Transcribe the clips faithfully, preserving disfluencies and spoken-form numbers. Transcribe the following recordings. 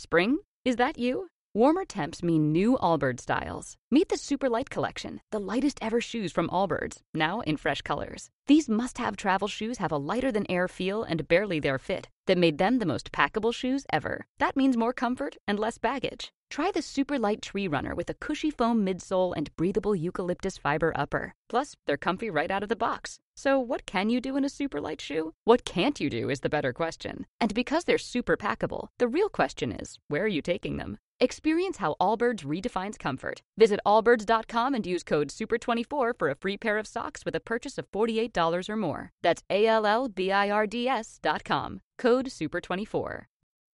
Spring? Is that you? Warmer temps mean new Allbirds styles. Meet the Super Light Collection, the lightest ever shoes from Allbirds, now in fresh colors. These must-have travel shoes have a lighter-than-air feel and barely-there fit that made them the most packable shoes ever. That means more comfort and less baggage. Try the Super Light Tree Runner with a cushy foam midsole and breathable eucalyptus fiber upper. Plus, they're comfy right out of the box. So what can you do in a super light shoe? What can't you do is the better question. And because they're super packable, the real question is, where are you taking them? Experience how Allbirds redefines comfort. Visit allbirds dot com and use code super twenty-four for a free pair of socks with a purchase of forty-eight dollars or more. That's A L L B I R D S dot com. Code super twenty-four.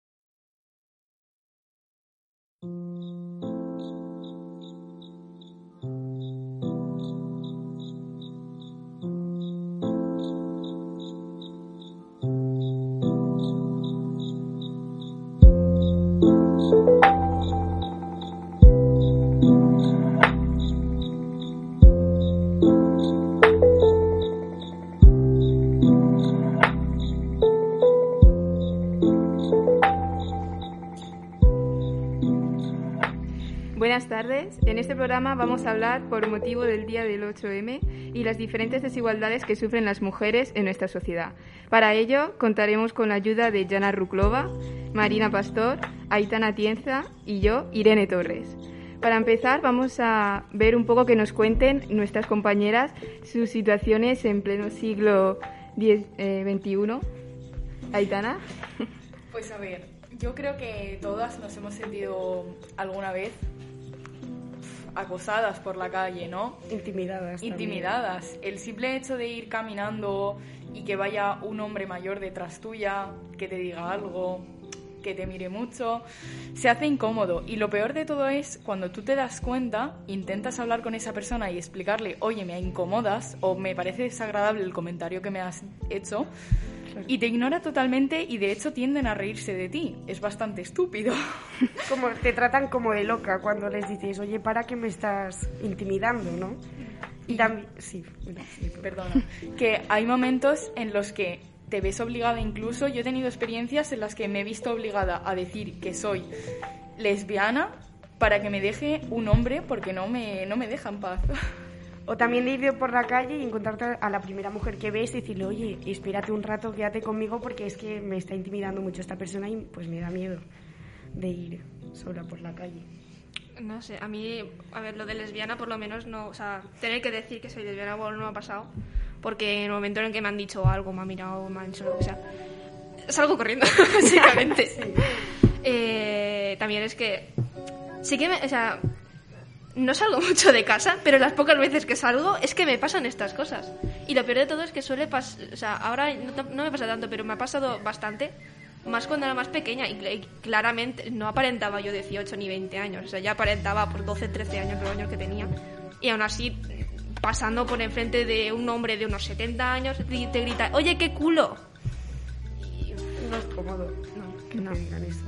Buenas tardes. En este programa vamos a hablar por motivo del día del ocho eme y las diferentes desigualdades que sufren las mujeres en nuestra sociedad. Para ello contaremos con la ayuda de Jana Ruklova, Marina Pastor, Aitana Tienza y yo, Irene Torres. Para empezar vamos a ver un poco que nos cuenten nuestras compañeras sus situaciones en pleno siglo veintiuno. Aitana. Pues a ver, yo creo que todas nos hemos sentido alguna vez acosadas por la calle, ¿no? Intimidadas. Intimidadas. También. El simple hecho de ir caminando y que vaya un hombre mayor detrás tuya, que te diga algo, que te mire mucho, se hace incómodo. Y lo peor de todo es cuando tú te das cuenta, intentas hablar con esa persona y explicarle, oye, me incomodas o me parece desagradable el comentario que me has hecho, y te ignora totalmente y de hecho tienden a reírse de ti. Es bastante estúpido. Como te tratan como de loca cuando les dices, oye, para que me estás intimidando, ¿no? Y también, sí, sí, perdona, que hay momentos en los que te ves obligada, incluso yo he tenido experiencias en las que me he visto obligada a decir que soy lesbiana para que me deje un hombre porque no me, no me deja en paz. O también de ir por la calle y encontrarte a la primera mujer que ves y decirle, oye, espérate un rato, quédate conmigo porque es que me está intimidando mucho esta persona y pues me da miedo de ir sola por la calle. No sé, a mí, a ver, lo de lesbiana por lo menos no, o sea, tener que decir que soy lesbiana bueno, no me ha pasado, porque en el momento en el que me han dicho algo, me han mirado, me han dicho lo que sea, salgo corriendo, básicamente. Sí. Eh, también es que, sí que me, o sea, no salgo mucho de casa, pero las pocas veces que salgo es que me pasan estas cosas. Y lo peor de todo es que suele pasar, o sea, ahora no, no me pasa tanto, pero me ha pasado bastante, más cuando era más pequeña, y, y claramente no aparentaba yo dieciocho ni veinte años, o sea, ya aparentaba por doce, trece años, los años que tenía, y aún así, pasando por enfrente de un hombre de unos setenta años, y te grita, oye, qué culo. Y no es cómodo, no, que no digan eso.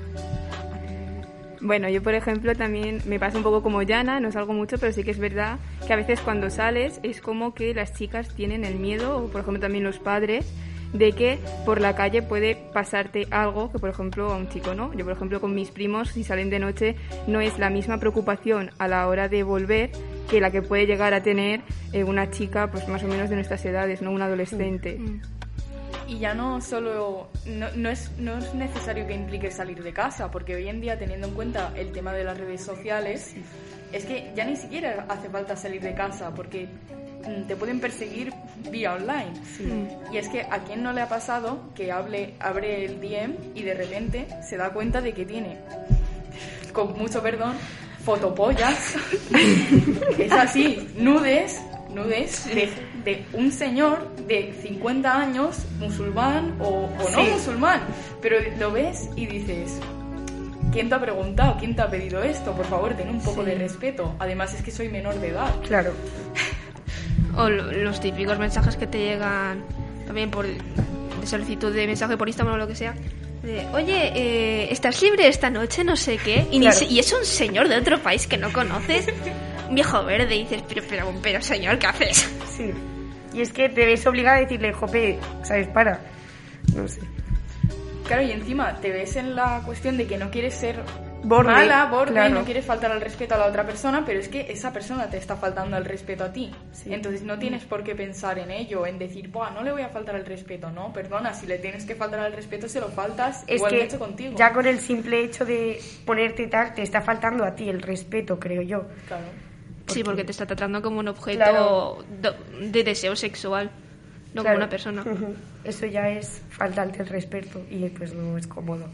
Bueno, yo por ejemplo también me pasa un poco como Jana, no salgo mucho, pero sí que es verdad que a veces cuando sales es como que las chicas tienen el miedo, o por ejemplo también los padres, de que por la calle puede pasarte algo que por ejemplo a un chico no. Yo por ejemplo con mis primos, si salen de noche, no es la misma preocupación a la hora de volver que la que puede llegar a tener eh, una chica pues más o menos de nuestras edades, no un adolescente. Mm. Y ya no solo, no, no, es, no es necesario que implique salir de casa, porque hoy en día, teniendo en cuenta el tema de las redes sociales, es que ya ni siquiera hace falta salir de casa, porque te pueden perseguir vía online. Sí. Y es que a quién no le ha pasado que hable, abre el D M y de repente se da cuenta de que tiene, con mucho perdón, fotopollas, es así, nudes, nudes de, de un señor de cincuenta años, musulmán o, o no sí. musulmán, pero lo ves y dices, ¿quién te ha preguntado? ¿Quién te ha pedido esto? Por favor, ten un poco sí. de respeto. Además es que soy menor de edad. Claro. O los típicos mensajes que te llegan también por de solicitud de mensaje por Instagram o lo que sea. De, oye, eh, ¿estás libre esta noche? No sé qué. Y, claro. ni, y es un señor de otro país que no conoces. Un viejo verde. Y dices, pero, pero, pero señor, ¿qué haces? Sí. Y es que te ves obligada a decirle, jope, ¿sabes? Para. No sé. Claro, y encima te ves en la cuestión de que no quieres ser Borde, mala, borde, claro. no quieres faltar al respeto a la otra persona, pero es que esa persona te está faltando al respeto a ti. Sí. Entonces no tienes por qué pensar en ello, en decir, buah, no le voy a faltar al respeto. No, perdona, si le tienes que faltar al respeto, se lo faltas, Es igual que que he hecho contigo. ya con el simple hecho de ponerte tal, te está faltando a ti el respeto, creo yo. Claro. Sí, porque te está tratando como un objeto Claro. do- de deseo sexual, no Claro. como una persona. Ujú. Eso ya es faltarte el respeto y pues no es cómodo.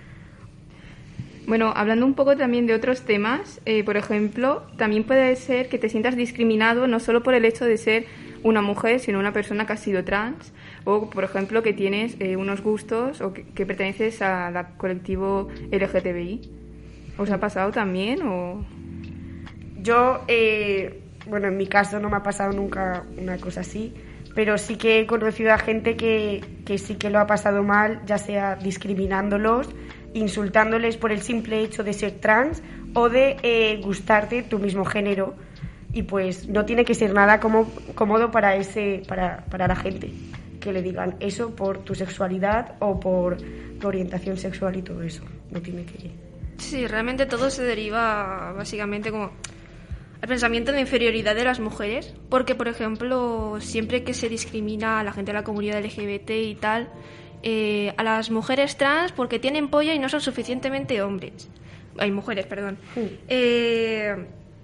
Bueno, hablando un poco también de otros temas, eh, por ejemplo, también puede ser que te sientas discriminado no solo por el hecho de ser una mujer, sino una persona que ha sido trans, o, por ejemplo, que tienes eh, unos gustos o que, que perteneces al colectivo L G T B I. ¿Os ha pasado también o...? Yo, eh, bueno, en mi caso no me ha pasado nunca una cosa así, pero sí que he conocido a gente que, que sí que lo ha pasado mal, ya sea discriminándolos, insultándoles por el simple hecho de ser trans o de eh, gustarte tu mismo género. Y pues no tiene que ser nada como, cómodo para, ese, para, para la gente que le digan eso por tu sexualidad o por tu orientación sexual y todo eso. No tiene que... Sí, realmente todo se deriva básicamente como al pensamiento de inferioridad de las mujeres, porque, por ejemplo, siempre que se discrimina a la gente de la comunidad L G B T y tal, eh, a las mujeres trans porque tienen polla y no son suficientemente hombres. Hay mujeres, perdón. Eh,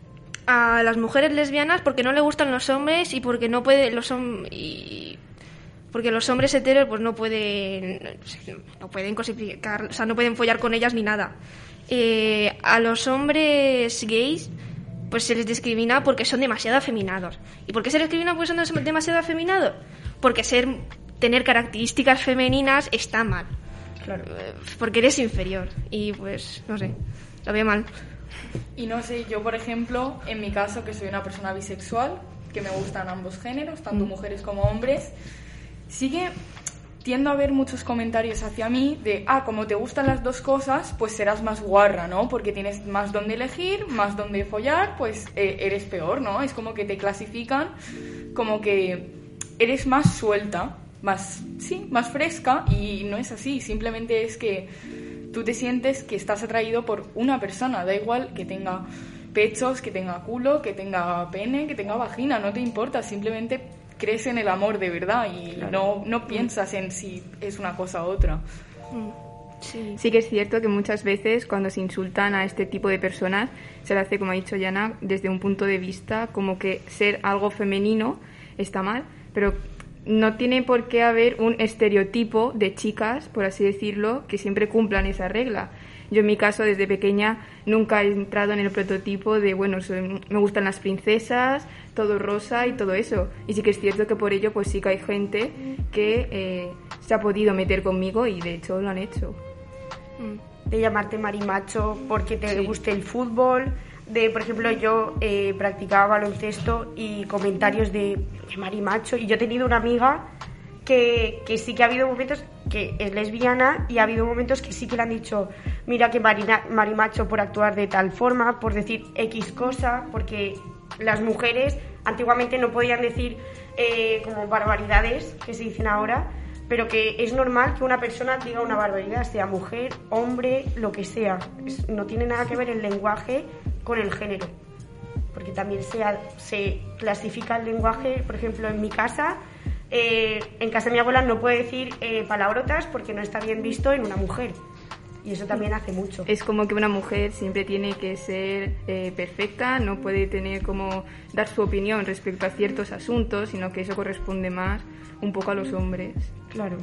a las mujeres lesbianas porque no le gustan los hombres y porque no puede los hom- y porque los hombres heteros pues no pueden no pueden cosificar, o sea, no pueden follar con ellas ni nada. Eh, a los hombres gays pues se les discrimina porque son demasiado afeminados. ¿Y por qué se les discrimina porque son demasiado afeminados? Porque ser tener características femeninas está mal. Claro. Eh, Porque eres inferior. Y pues, no sé, lo veo mal. Y no sé, yo por ejemplo, en mi caso, que soy una persona bisexual, que me gustan ambos géneros, tanto mujeres como hombres, sí que tiendo a ver muchos comentarios hacia mí de, ah, como te gustan las dos cosas, pues serás más guarra, ¿no? Porque tienes más donde elegir, más donde follar, pues eh, eres peor, ¿no? Es como que te clasifican como que eres más suelta, más, sí, más fresca, y no es así, simplemente es que tú te sientes que estás atraído por una persona, da igual que tenga pechos, que tenga culo, que tenga pene, que tenga vagina, no te importa, simplemente crees en el amor de verdad y Claro. no, no piensas en si es una cosa u otra. Sí. Sí que es cierto que muchas veces cuando se insultan a este tipo de personas se le hace, como ha dicho Yana, desde un punto de vista como que ser algo femenino está mal, pero no tiene por qué haber un estereotipo de chicas, por así decirlo, que siempre cumplan esa regla. Yo en mi caso, desde pequeña, nunca he entrado en el prototipo de, bueno, soy- me gustan las princesas, todo rosa y todo eso. Y sí que es cierto que por ello, pues sí que hay gente que eh, se ha podido meter conmigo y de hecho lo han hecho. De llamarte marimacho porque te Sí. guste el fútbol, de, por ejemplo, yo eh, practicaba baloncesto y comentarios de "Qué marimacho", y yo he tenido una amiga que, que sí que ha habido momentos que es lesbiana y ha habido momentos que sí que le han dicho, mira que marina, marimacho por actuar de tal forma, por decir X cosa, porque las mujeres antiguamente no podían decir eh, como barbaridades que se dicen ahora, pero que es normal que una persona diga una barbaridad, sea mujer, hombre, lo que sea. Es- no tiene nada que ver el lenguaje con el género, porque también se, ha- se clasifica el lenguaje, por ejemplo, en mi casa, eh, en casa de mi abuela no puede decir eh, palabrotas porque no está bien visto en una mujer, y eso también hace mucho. Es como que una mujer siempre tiene que ser eh, perfecta, no puede tener como dar su opinión respecto a ciertos asuntos, sino que eso corresponde más un poco a los hombres. Claro.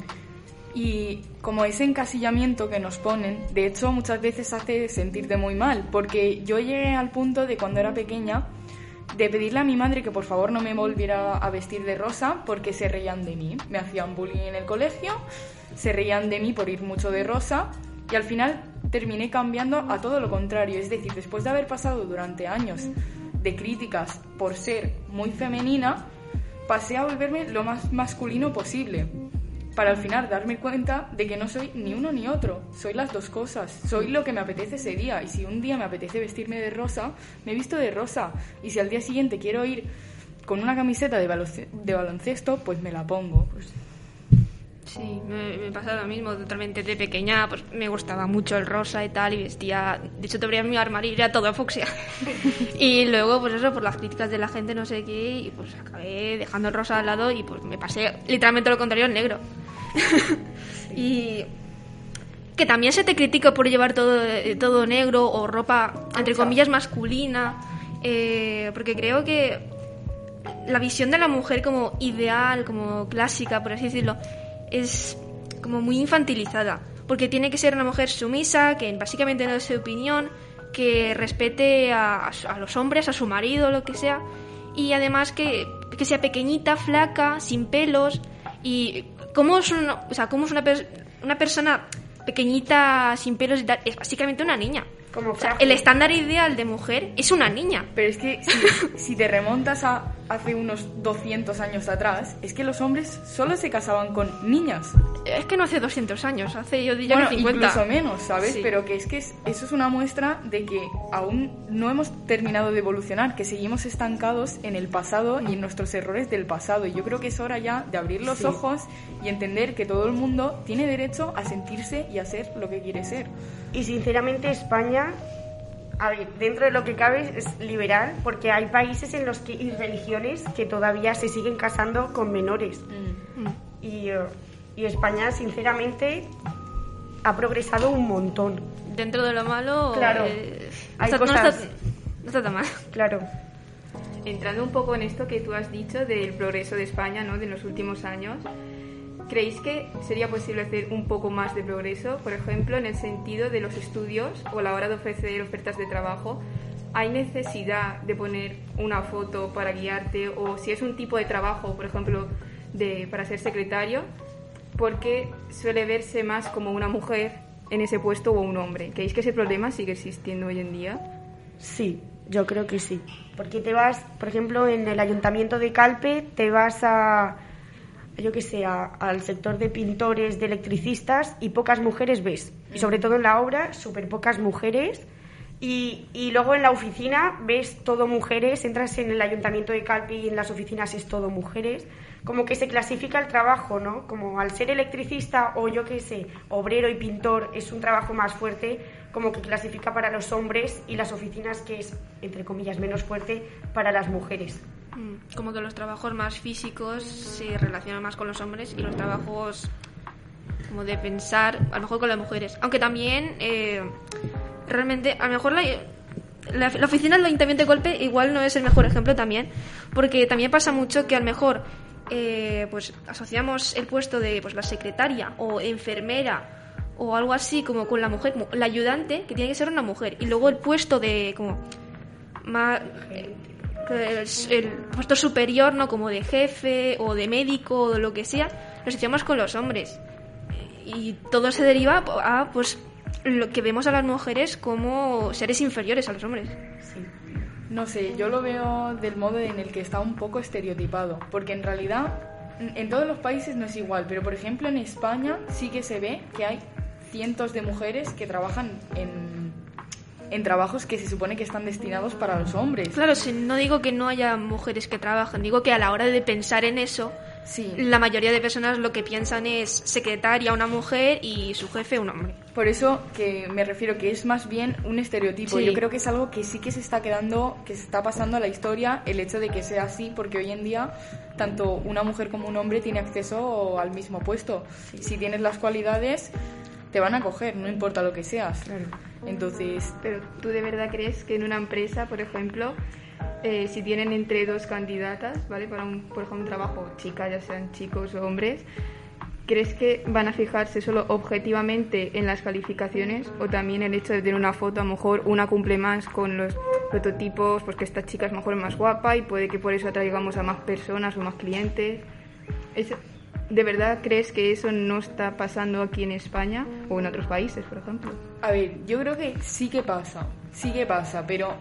Y como ese encasillamiento que nos ponen, de hecho muchas veces hace sentirte muy mal, porque yo llegué al punto de cuando era pequeña de pedirle a mi madre que por favor no me volviera a vestir de rosa porque se reían de mí. Me hacían bullying en el colegio, se reían de mí por ir mucho de rosa y al final terminé cambiando a todo lo contrario. Es decir, después de haber pasado durante años de críticas por ser muy femenina, pasé a volverme lo más masculino posible, para al final darme cuenta de que no soy ni uno ni otro, soy las dos cosas, soy lo que me apetece ese día, y si un día me apetece vestirme de rosa, me visto de rosa, y si al día siguiente quiero ir con una camiseta de, balonce- de baloncesto, pues me la pongo. Pues, Sí, me, me pasa lo mismo, totalmente. De pequeña pues me gustaba mucho el rosa y tal, y vestía... De hecho, te abría mi armario y era todo fucsia. Y luego, pues eso, por las críticas de la gente, no sé qué, y pues acabé dejando el rosa al lado y pues me pasé literalmente lo contrario al negro. Y... que también se te critica por llevar todo, todo negro o ropa, entre comillas, masculina, eh, porque creo que la visión de la mujer como ideal, como clásica, por así decirlo, es como muy infantilizada, porque tiene que ser una mujer sumisa, que básicamente no dé su opinión, que respete a, a los hombres, a su marido, lo que sea, y además que, que sea pequeñita, flaca, sin pelos, y cómo es una, o sea, cómo es una, per, una persona pequeñita, sin pelos y tal, es básicamente una niña. Como o sea, el estándar ideal de mujer es una niña. Pero es que si, si te remontas a hace unos doscientos años atrás, es que los hombres solo se casaban con niñas. Es que no hace doscientos años, hace yo diría Bueno, que cincuenta. incluso menos, ¿sabes? Sí. Pero que es que es, eso es una muestra de que aún no hemos terminado de evolucionar, que seguimos estancados en el pasado y en nuestros errores del pasado. Y yo creo que es hora ya de abrir los Sí. ojos y entender que todo el mundo tiene derecho a sentirse y a ser lo que quiere ser. Y sinceramente España, a ver, dentro de lo que cabe es liberal, porque hay países en los que y religiones que todavía se siguen casando con menores. Mm. Y, eh, y España, sinceramente, ha progresado un montón. Dentro de lo malo, Claro, eh, no, hay está, no, cosas- está, no está tan mal. Claro. Entrando un poco en esto que tú has dicho del progreso de España, ¿no?, de los últimos años, ¿creéis que sería posible hacer un poco más de progreso? Por ejemplo, en el sentido de los estudios o a la hora de ofrecer ofertas de trabajo, ¿hay necesidad de poner una foto para guiarte? O si es un tipo de trabajo, por ejemplo, de, para ser secretario, ¿por qué suele verse más como una mujer en ese puesto o un hombre? ¿Creéis que ese problema sigue existiendo hoy en día? Sí, yo creo que sí. Porque te vas, por ejemplo, en el ayuntamiento de Calpe, te vas a, yo qué sé, a- al sector de pintores, de electricistas, y pocas mujeres ves. Y sobre todo en la obra, súper pocas mujeres. Y, y luego en la oficina ves todo mujeres, entras en el ayuntamiento de Calpe y en las oficinas es todo mujeres. Como que se clasifica el trabajo, ¿no? Como al ser electricista o yo qué sé, obrero y pintor es un trabajo más fuerte, como que clasifica para los hombres, y las oficinas, que es, entre comillas, menos fuerte, para las mujeres. Mm, Como que los trabajos más físicos se relacionan más con los hombres y los trabajos como de pensar, a lo mejor con las mujeres. Aunque también, eh, realmente, a lo mejor la, la, la oficina del Ayuntamiento de Golpe igual no es el mejor ejemplo también, porque también pasa mucho que a lo mejor eh, pues asociamos el puesto de pues la secretaria o enfermera o algo así como con la mujer, como la ayudante, que tiene que ser una mujer, y luego el puesto de como más eh, el, el puesto superior, ¿no?, como de jefe o de médico o de lo que sea, lo asociamos con los hombres, y todo se deriva a pues lo que vemos a las mujeres como seres inferiores a los hombres. Sí. No sé, yo lo veo del modo en el que está un poco estereotipado, porque en realidad en todos los países no es igual, pero por ejemplo en España sí que se ve que hay cientos de mujeres que trabajan en, en trabajos que se supone que están destinados para los hombres. Claro, si no digo que no haya mujeres que trabajen, digo que a la hora de pensar en eso, Sí. la mayoría de personas lo que piensan es secretaria una mujer y su jefe un hombre. Por eso que me refiero que es más bien un estereotipo. Sí. Yo creo que es algo que sí que se está quedando, que se está pasando a la historia, el hecho de que sea así, porque hoy en día tanto una mujer como un hombre tiene acceso al mismo puesto. Si tienes las cualidades, te van a coger, no importa lo que seas. Claro. Entonces, Pero ¿tú de verdad crees que en una empresa, por ejemplo, eh, si tienen entre dos candidatas, ¿vale?, para un, por ejemplo, un trabajo, chicas, ya sean chicos o hombres, ¿crees que van a fijarse solo objetivamente en las calificaciones o también el hecho de tener una foto, a lo mejor una cumple más con los prototipos, pues que esta chica es mejor más guapa y puede que por eso atraigamos a más personas o más clientes? ¿Es, ¿De verdad crees que eso no está pasando aquí en España o en otros países, por ejemplo? a ver, yo creo que sí que pasa, sí que pasa, pero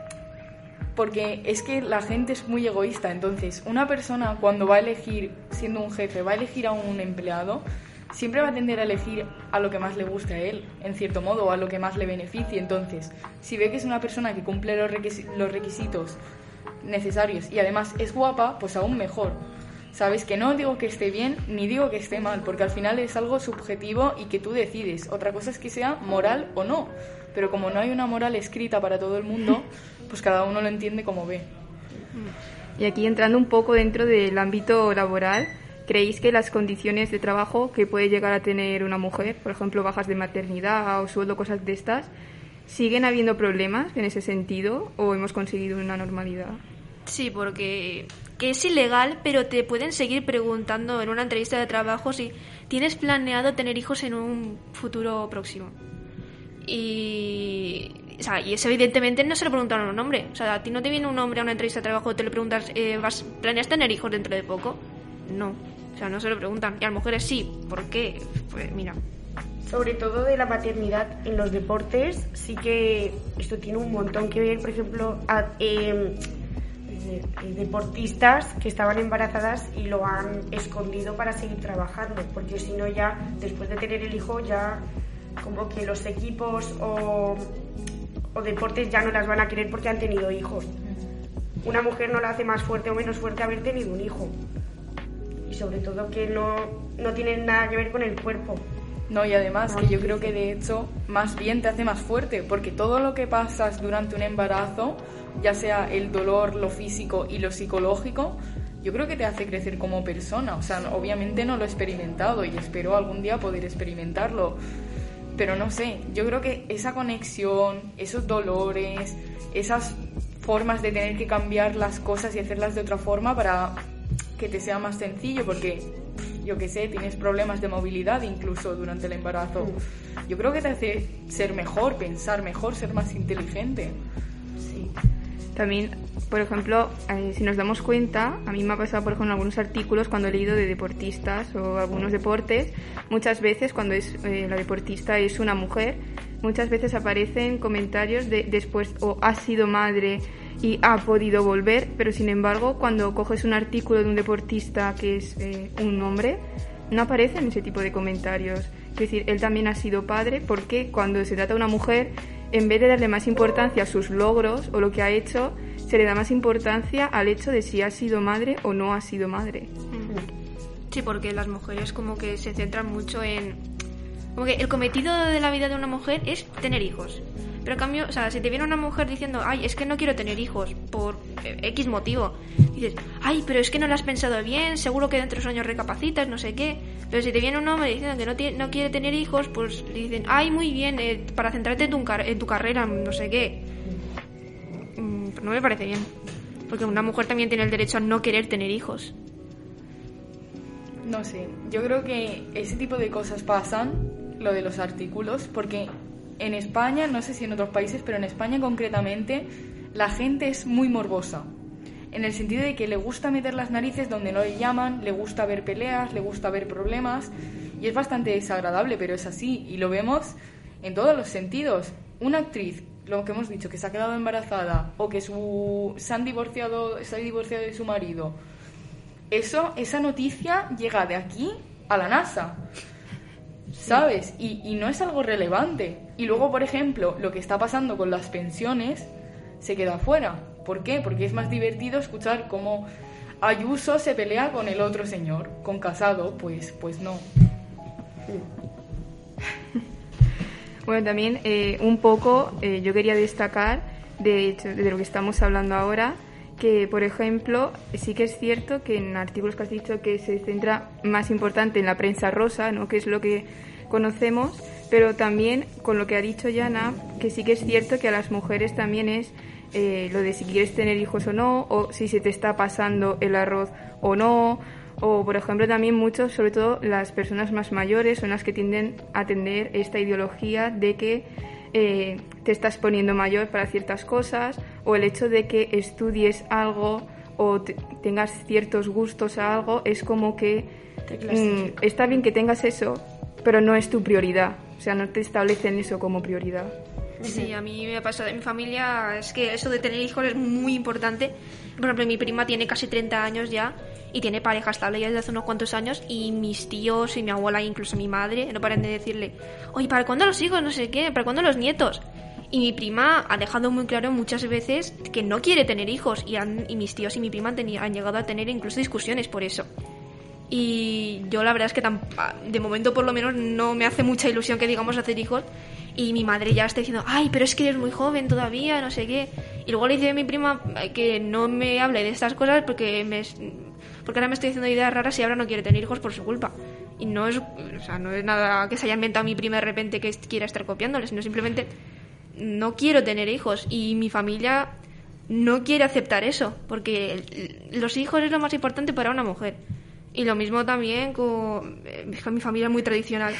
porque es que la gente es muy egoísta. Entonces, una persona cuando va a elegir, siendo un jefe, va a elegir a un empleado, siempre va a tender a elegir a lo que más le guste a él, en cierto modo, o a lo que más le beneficie. Entonces, si ve que es una persona que cumple los requisi- los requisitos necesarios y además es guapa, pues aún mejor. ¿sabes? Que no digo que esté bien ni digo que esté mal, porque al final es algo subjetivo y que tú decides. Otra cosa es que sea moral o no, pero como no hay una moral escrita para todo el mundo, pues cada uno lo entiende como ve. Y aquí entrando un poco dentro del ámbito laboral, ¿creéis que las condiciones de trabajo que puede llegar a tener una mujer, por ejemplo, bajas de maternidad o sueldo, cosas de estas, siguen habiendo problemas en ese sentido o hemos conseguido una normalidad? Sí, porque que es ilegal, pero te pueden seguir preguntando en una entrevista de trabajo si tienes planeado tener hijos en un futuro próximo. Y, o sea, y eso evidentemente no se lo preguntaron a un hombre. O sea, a ti no te viene un hombre a una entrevista de trabajo y te le preguntas, eh, ¿vas, ¿planeas tener hijos dentro de poco? No, o sea, no se lo preguntan. Y a las mujeres sí. ¿Por qué? Pues mira. Sobre todo de la maternidad en los deportes, sí que esto tiene un montón que ver. Por ejemplo, a, eh, eh, deportistas que estaban embarazadas y lo han escondido para seguir trabajando, porque si no ya, después de tener el hijo, ya como que los equipos o, o deportes ya no las van a querer porque han tenido hijos. Una mujer no la hace más fuerte o menos fuerte haber tenido un hijo. Y sobre todo que no, no tiene nada que ver con el cuerpo. No, y además que yo creo que de hecho más bien te hace más fuerte, porque todo lo que pasas durante un embarazo, ya sea el dolor, lo físico y lo psicológico, yo creo que te hace crecer como persona. O sea, obviamente no lo he experimentado y espero algún día poder experimentarlo. Pero no sé, yo creo que esa conexión, esos dolores, esas formas de tener que cambiar las cosas y hacerlas de otra forma para que te sea más sencillo, porque yo qué sé, tienes problemas de movilidad incluso durante el embarazo. Yo creo que te hace ser mejor, pensar mejor, ser más inteligente. Sí. También, por ejemplo, eh, si nos damos cuenta, a mí me ha pasado, por ejemplo, en algunos artículos cuando he leído de deportistas o algunos deportes, muchas veces cuando es eh, la deportista es una mujer, muchas veces aparecen comentarios de después o ha sido madre y ha podido volver, pero sin embargo cuando coges un artículo de un deportista que es eh, un hombre, no aparecen ese tipo de comentarios. Es decir, él también ha sido padre, porque cuando se trata de una mujer, en vez de darle más importancia a sus logros o lo que ha hecho, se le da más importancia al hecho de si ha sido madre o no ha sido madre. Sí, porque las mujeres como que se centran mucho en... Como que el cometido de la vida de una mujer es tener hijos. Pero en cambio, o sea, si te viene una mujer diciendo, ay, es que no quiero tener hijos por X motivo, dices, ay, pero es que no lo has pensado bien, seguro que dentro de unos años recapacitas, no sé qué. Pero si te viene un hombre diciendo que no, tiene, no quiere tener hijos, pues le dicen, ay, muy bien, eh, para centrarte en tu, en tu carrera, no sé qué. Mm, no me parece bien. Porque una mujer también tiene el derecho a no querer tener hijos. No sé, yo creo que ese tipo de cosas pasan, lo de los artículos, porque en España, no sé si en otros países, pero en España concretamente, la gente es muy morbosa. En el sentido de que le gusta meter las narices donde no le llaman, le gusta ver peleas, le gusta ver problemas, y es bastante desagradable, pero es así, y lo vemos en todos los sentidos. Una actriz, lo que hemos dicho, que se ha quedado embarazada, o que su, se han divorciado, se ha divorciado de su marido, eso, esa noticia llega de aquí a la NASA. ¿Sabes? Y, y no es algo relevante. Y luego, por ejemplo, lo que está pasando con las pensiones se queda fuera. ¿Por qué? Porque es más divertido escuchar cómo Ayuso se pelea con el otro señor. Con Casado, pues, pues no. Bueno, también eh, un poco eh, yo quería destacar, de hecho, de lo que estamos hablando ahora, que, por ejemplo, sí que es cierto que en artículos que has dicho que se centra más importante en la prensa rosa, ¿no?, que es lo que conocemos, pero también con lo que ha dicho Yana, que sí que es cierto que a las mujeres también es eh, lo de si quieres tener hijos o no, o si se te está pasando el arroz o no, o, por ejemplo, también mucho, sobre todo las personas más mayores son las que tienden a tener esta ideología de que Eh, te estás poniendo mayor para ciertas cosas, o el hecho de que estudies algo o te, tengas ciertos gustos a algo, es como que mm, está bien que tengas eso, pero no es tu prioridad, o sea, no te establecen eso como prioridad. Sí, a mí me ha pasado en mi familia, es que eso de tener hijos es muy importante. Por ejemplo, mi prima tiene casi treinta años ya y tiene pareja estable ya desde hace unos cuantos años, y mis tíos y mi abuela, incluso mi madre, no paran de decirle, oye, ¿para cuándo los hijos? No sé qué, ¿para cuándo los nietos? Y mi prima ha dejado muy claro muchas veces que no quiere tener hijos, y, han, y mis tíos y mi prima han, tenido, han llegado a tener incluso discusiones por eso. Y yo la verdad es que tan, de momento por lo menos no me hace mucha ilusión que digamos hacer hijos. Y mi madre ya está diciendo, ay, pero es que eres muy joven todavía, no sé qué. Y luego le dice a mi prima que no me hable de estas cosas porque me, porque ahora me estoy haciendo ideas raras y ahora no quiere tener hijos por su culpa. Y no es, o sea, no es nada que se haya inventado mi prima de repente que quiera estar copiándole, sino simplemente no quiero tener hijos. Y mi familia no quiere aceptar eso, porque los hijos es lo más importante para una mujer. Y lo mismo también con... mi familia es muy tradicional.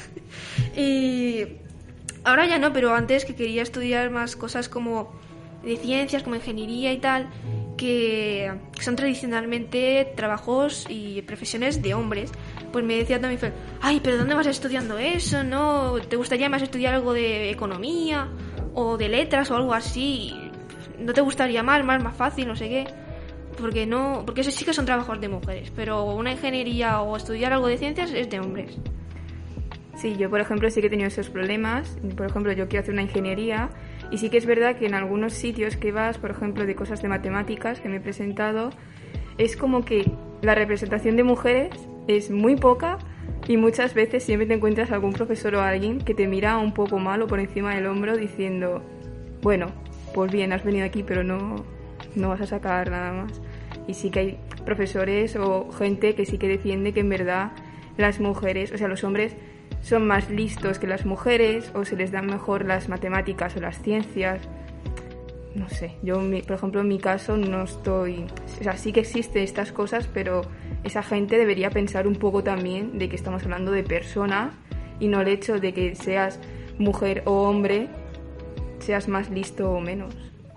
Y ahora ya no, pero antes que quería estudiar más cosas como de ciencias, como ingeniería y tal, que son tradicionalmente trabajos y profesiones de hombres, pues me decía también, ay, pero ¿dónde vas estudiando eso? ¿No? ¿Te gustaría más estudiar algo de economía o de letras o algo así? ¿No te gustaría más, más, más fácil, no sé qué? Porque no, porque esos sí que son trabajos de mujeres, pero una ingeniería o estudiar algo de ciencias es de hombres. Sí, yo por ejemplo sí que he tenido esos problemas. Por ejemplo, yo quiero hacer una ingeniería y sí que es verdad que en algunos sitios que vas, por ejemplo, de cosas de matemáticas que me he presentado, es como que la representación de mujeres es muy poca y muchas veces siempre te encuentras algún profesor o alguien que te mira un poco mal o por encima del hombro diciendo, bueno, pues bien, has venido aquí pero no, no vas a sacar nada más. Y sí que hay profesores o gente que sí que defiende que en verdad las mujeres, o sea, los hombres son más listos que las mujeres o se les dan mejor las matemáticas o las ciencias. No sé, yo, por ejemplo, en mi caso no estoy... O sea, sí que existen estas cosas, pero esa gente debería pensar un poco también de que estamos hablando de personas y no el hecho de que seas mujer o hombre, seas más listo o menos.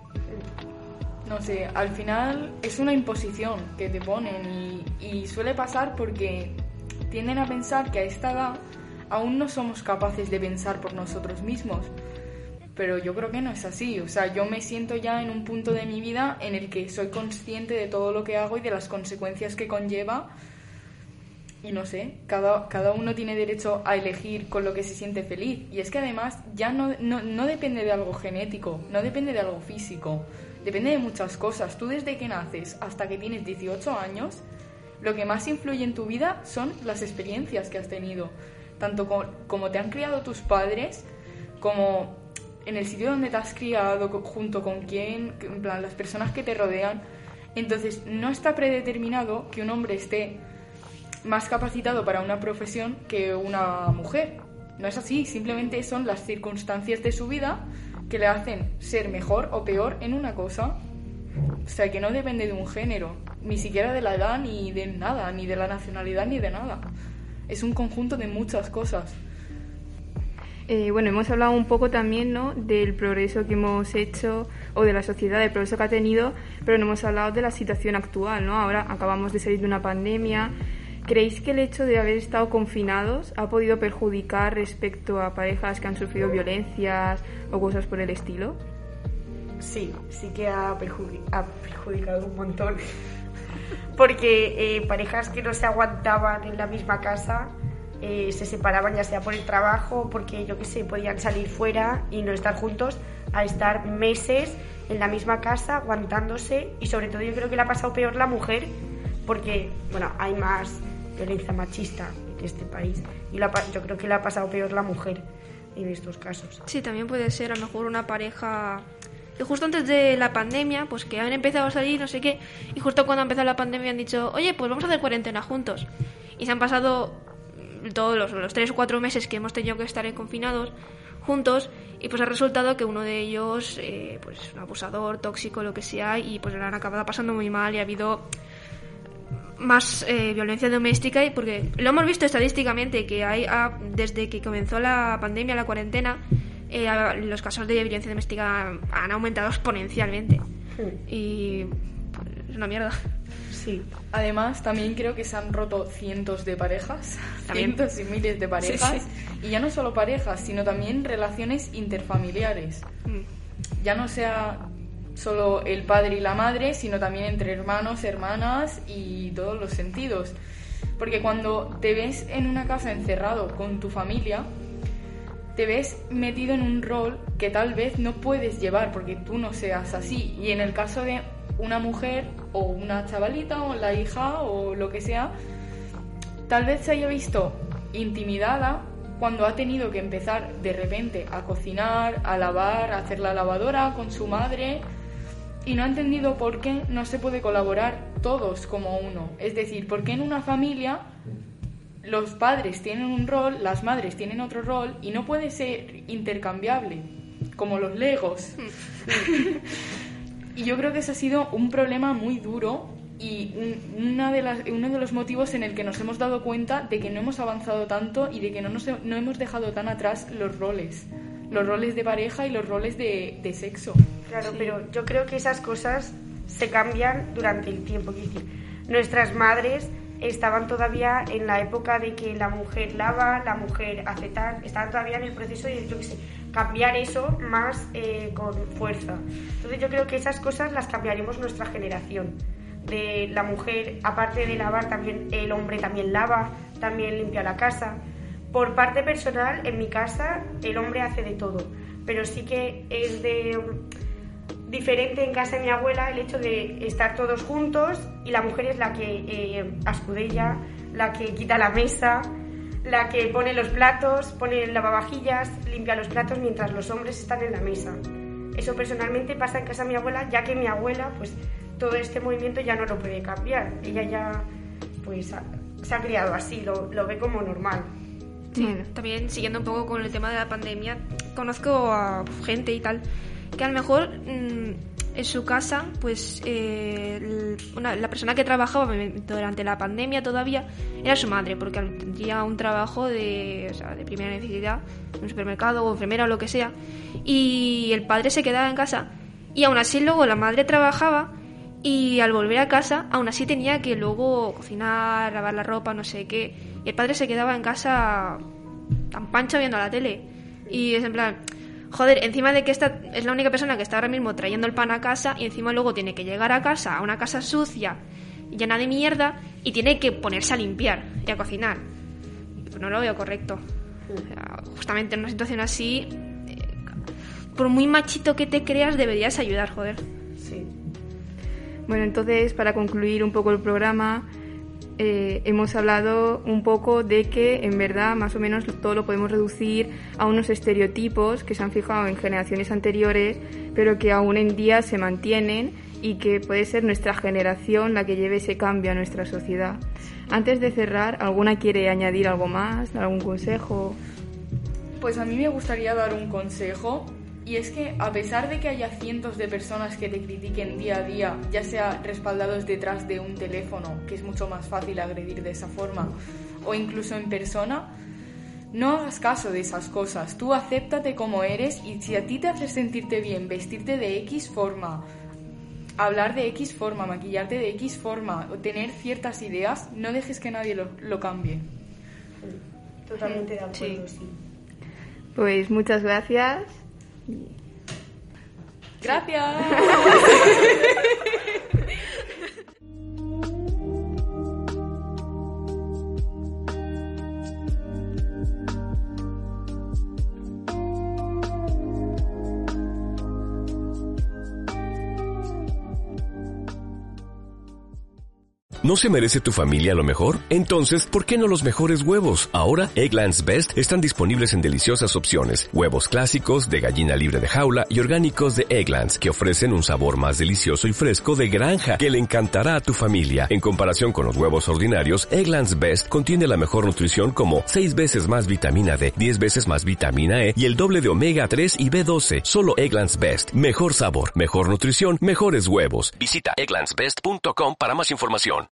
No sé, al final es una imposición que te ponen y, y suele pasar porque tienden a pensar que a esta edad aún no somos capaces de pensar por nosotros mismos. Pero yo creo que no es así. O sea, yo me siento ya en un punto de mi vida en el que soy consciente de todo lo que hago y de las consecuencias que conlleva. Y no sé, cada, cada uno tiene derecho a elegir con lo que se siente feliz. Y es que además ya no, no, no depende de algo genético, no depende de algo físico. Depende de muchas cosas. Tú desde que naces hasta que tienes dieciocho años, lo que más influye en tu vida son las experiencias que has tenido. Tanto como, como te han criado tus padres, como en el sitio donde te has criado, junto con quién, en plan, las personas que te rodean. Entonces, no está predeterminado que un hombre esté más capacitado para una profesión que una mujer. No es así, simplemente son las circunstancias de su vida que le hacen ser mejor o peor en una cosa. O sea, que no depende de un género, ni siquiera de la edad, ni de nada, ni de la nacionalidad, ni de nada. Es un conjunto de muchas cosas. Eh, bueno, hemos hablado un poco también, ¿no?, del progreso que hemos hecho o de la sociedad, del progreso que ha tenido, pero no hemos hablado de la situación actual, ¿no? Ahora acabamos de salir de una pandemia. ¿Creéis que el hecho de haber estado confinados ha podido perjudicar respecto a parejas que han sufrido violencias o cosas por el estilo? Sí, sí que ha, perjudi- ha perjudicado un montón. Porque eh, parejas que no se aguantaban en la misma casa eh, se separaban, ya sea por el trabajo, porque yo qué sé, podían salir fuera y no estar juntos, a estar meses en la misma casa aguantándose. Y sobre todo yo creo que le ha pasado peor la mujer, porque bueno, hay más violencia machista en este país y la, yo creo que le ha pasado peor la mujer en estos casos. Sí, también puede ser a lo mejor una pareja que justo antes de la pandemia, pues que han empezado a salir, no sé qué, y justo cuando ha empezado la pandemia han dicho, oye, pues vamos a hacer cuarentena juntos. Y se han pasado todos los, los tres o cuatro meses que hemos tenido que estar confinados juntos, y pues ha resultado que uno de ellos, eh, pues un abusador, tóxico, lo que sea, y pues le han acabado pasando muy mal y ha habido más eh, violencia doméstica, y porque lo hemos visto estadísticamente que hay ah, desde que comenzó la pandemia, la cuarentena, eh, los casos de violencia doméstica han aumentado exponencialmente. Sí. Y pues, es una mierda. Sí. Además, también creo que se han roto cientos de parejas, ¿También? cientos y miles de parejas, sí, sí. Y ya no solo parejas, sino también relaciones interfamiliares. Mm. Ya no sea solo el padre y la madre, sino también entre hermanos, hermanas y todos los sentidos. Porque cuando te ves en una casa encerrado con tu familia, te ves metido en un rol que tal vez no puedes llevar porque tú no seas así. Y en el caso de una mujer o una chavalita o la hija o lo que sea, tal vez se haya visto intimidada cuando ha tenido que empezar de repente a cocinar, a lavar, a hacer la lavadora con su madre y no ha entendido por qué no se puede colaborar todos como uno. Es decir, por qué en una familia los padres tienen un rol, las madres tienen otro rol y no puede ser intercambiable, como los Legos. Y yo creo que ese ha sido un problema muy duro y un, una de las, uno de los motivos en el que nos hemos dado cuenta de que no hemos avanzado tanto y de que no, nos, no hemos dejado tan atrás los roles, los roles de pareja y los roles de, de sexo. Claro, sí. Pero yo creo que esas cosas se cambian durante el tiempo. Es decir, nuestras madres estaban todavía en la época de que la mujer lava, la mujer hace tal, estaban todavía en el proceso de, yo qué sé, cambiar eso más eh, con fuerza. Entonces yo creo que esas cosas las cambiaremos nuestra generación. De la mujer, aparte de lavar, también el hombre también lava, también limpia la casa. Por parte personal, en mi casa, el hombre hace de todo, pero sí que es de diferente en casa de mi abuela el hecho de estar todos juntos y la mujer es la que eh, escudella, la que quita la mesa, la que pone los platos, pone el lavavajillas, limpia los platos mientras los hombres están en la mesa. Eso personalmente pasa en casa de mi abuela, ya que mi abuela, pues todo este movimiento ya no lo puede cambiar. Ella ya pues ha, se ha criado así, lo, lo ve como normal. Sí, bueno. También siguiendo un poco con el tema de la pandemia, conozco a gente y tal que a lo mejor mmm, en su casa, pues eh, una, la persona que trabajaba durante la pandemia todavía era su madre, porque tendría un trabajo de, o sea, de primera necesidad, en un supermercado o enfermera o lo que sea, y el padre se quedaba en casa y aún así luego la madre trabajaba y al volver a casa aún así tenía que luego cocinar, lavar la ropa, no sé qué, y el padre se quedaba en casa tan pancho viendo la tele y es en plan... Joder, encima de que esta es la única persona que está ahora mismo trayendo el pan a casa y encima luego tiene que llegar a casa, a una casa sucia, llena de mierda, y tiene que ponerse a limpiar y a cocinar. Pues no lo veo correcto. O sea, justamente en una situación así, eh, por muy machito que te creas, deberías ayudar, joder. Sí. Bueno, entonces, para concluir un poco el programa... Eh, hemos hablado un poco de que en verdad más o menos todo lo podemos reducir a unos estereotipos que se han fijado en generaciones anteriores pero que aún en día se mantienen y que puede ser nuestra generación la que lleve ese cambio a nuestra sociedad. Antes de cerrar, ¿alguna quiere añadir algo más? ¿Algún consejo? Pues a mí me gustaría dar un consejo. Y es que a pesar de que haya cientos de personas que te critiquen día a día, ya sea respaldados detrás de un teléfono, que es mucho más fácil agredir de esa forma, o incluso en persona, no hagas caso de esas cosas. Tú acéptate como eres y si a ti te hace sentirte bien vestirte de X forma, hablar de X forma, maquillarte de X forma, o tener ciertas ideas, no dejes que nadie lo, lo cambie. Totalmente de acuerdo, sí. sí. Pues muchas gracias. Gracias. ¿No se merece tu familia lo mejor? Entonces, ¿por qué no los mejores huevos? Ahora, Eggland's Best están disponibles en deliciosas opciones. Huevos clásicos, de gallina libre de jaula y orgánicos de Eggland's, que ofrecen un sabor más delicioso y fresco de granja que le encantará a tu familia. En comparación con los huevos ordinarios, Eggland's Best contiene la mejor nutrición como seis veces más vitamina D, diez veces más vitamina E y el doble de omega tres y B doce. Solo Eggland's Best. Mejor sabor, mejor nutrición, mejores huevos. Visita egglands best punto com para más información.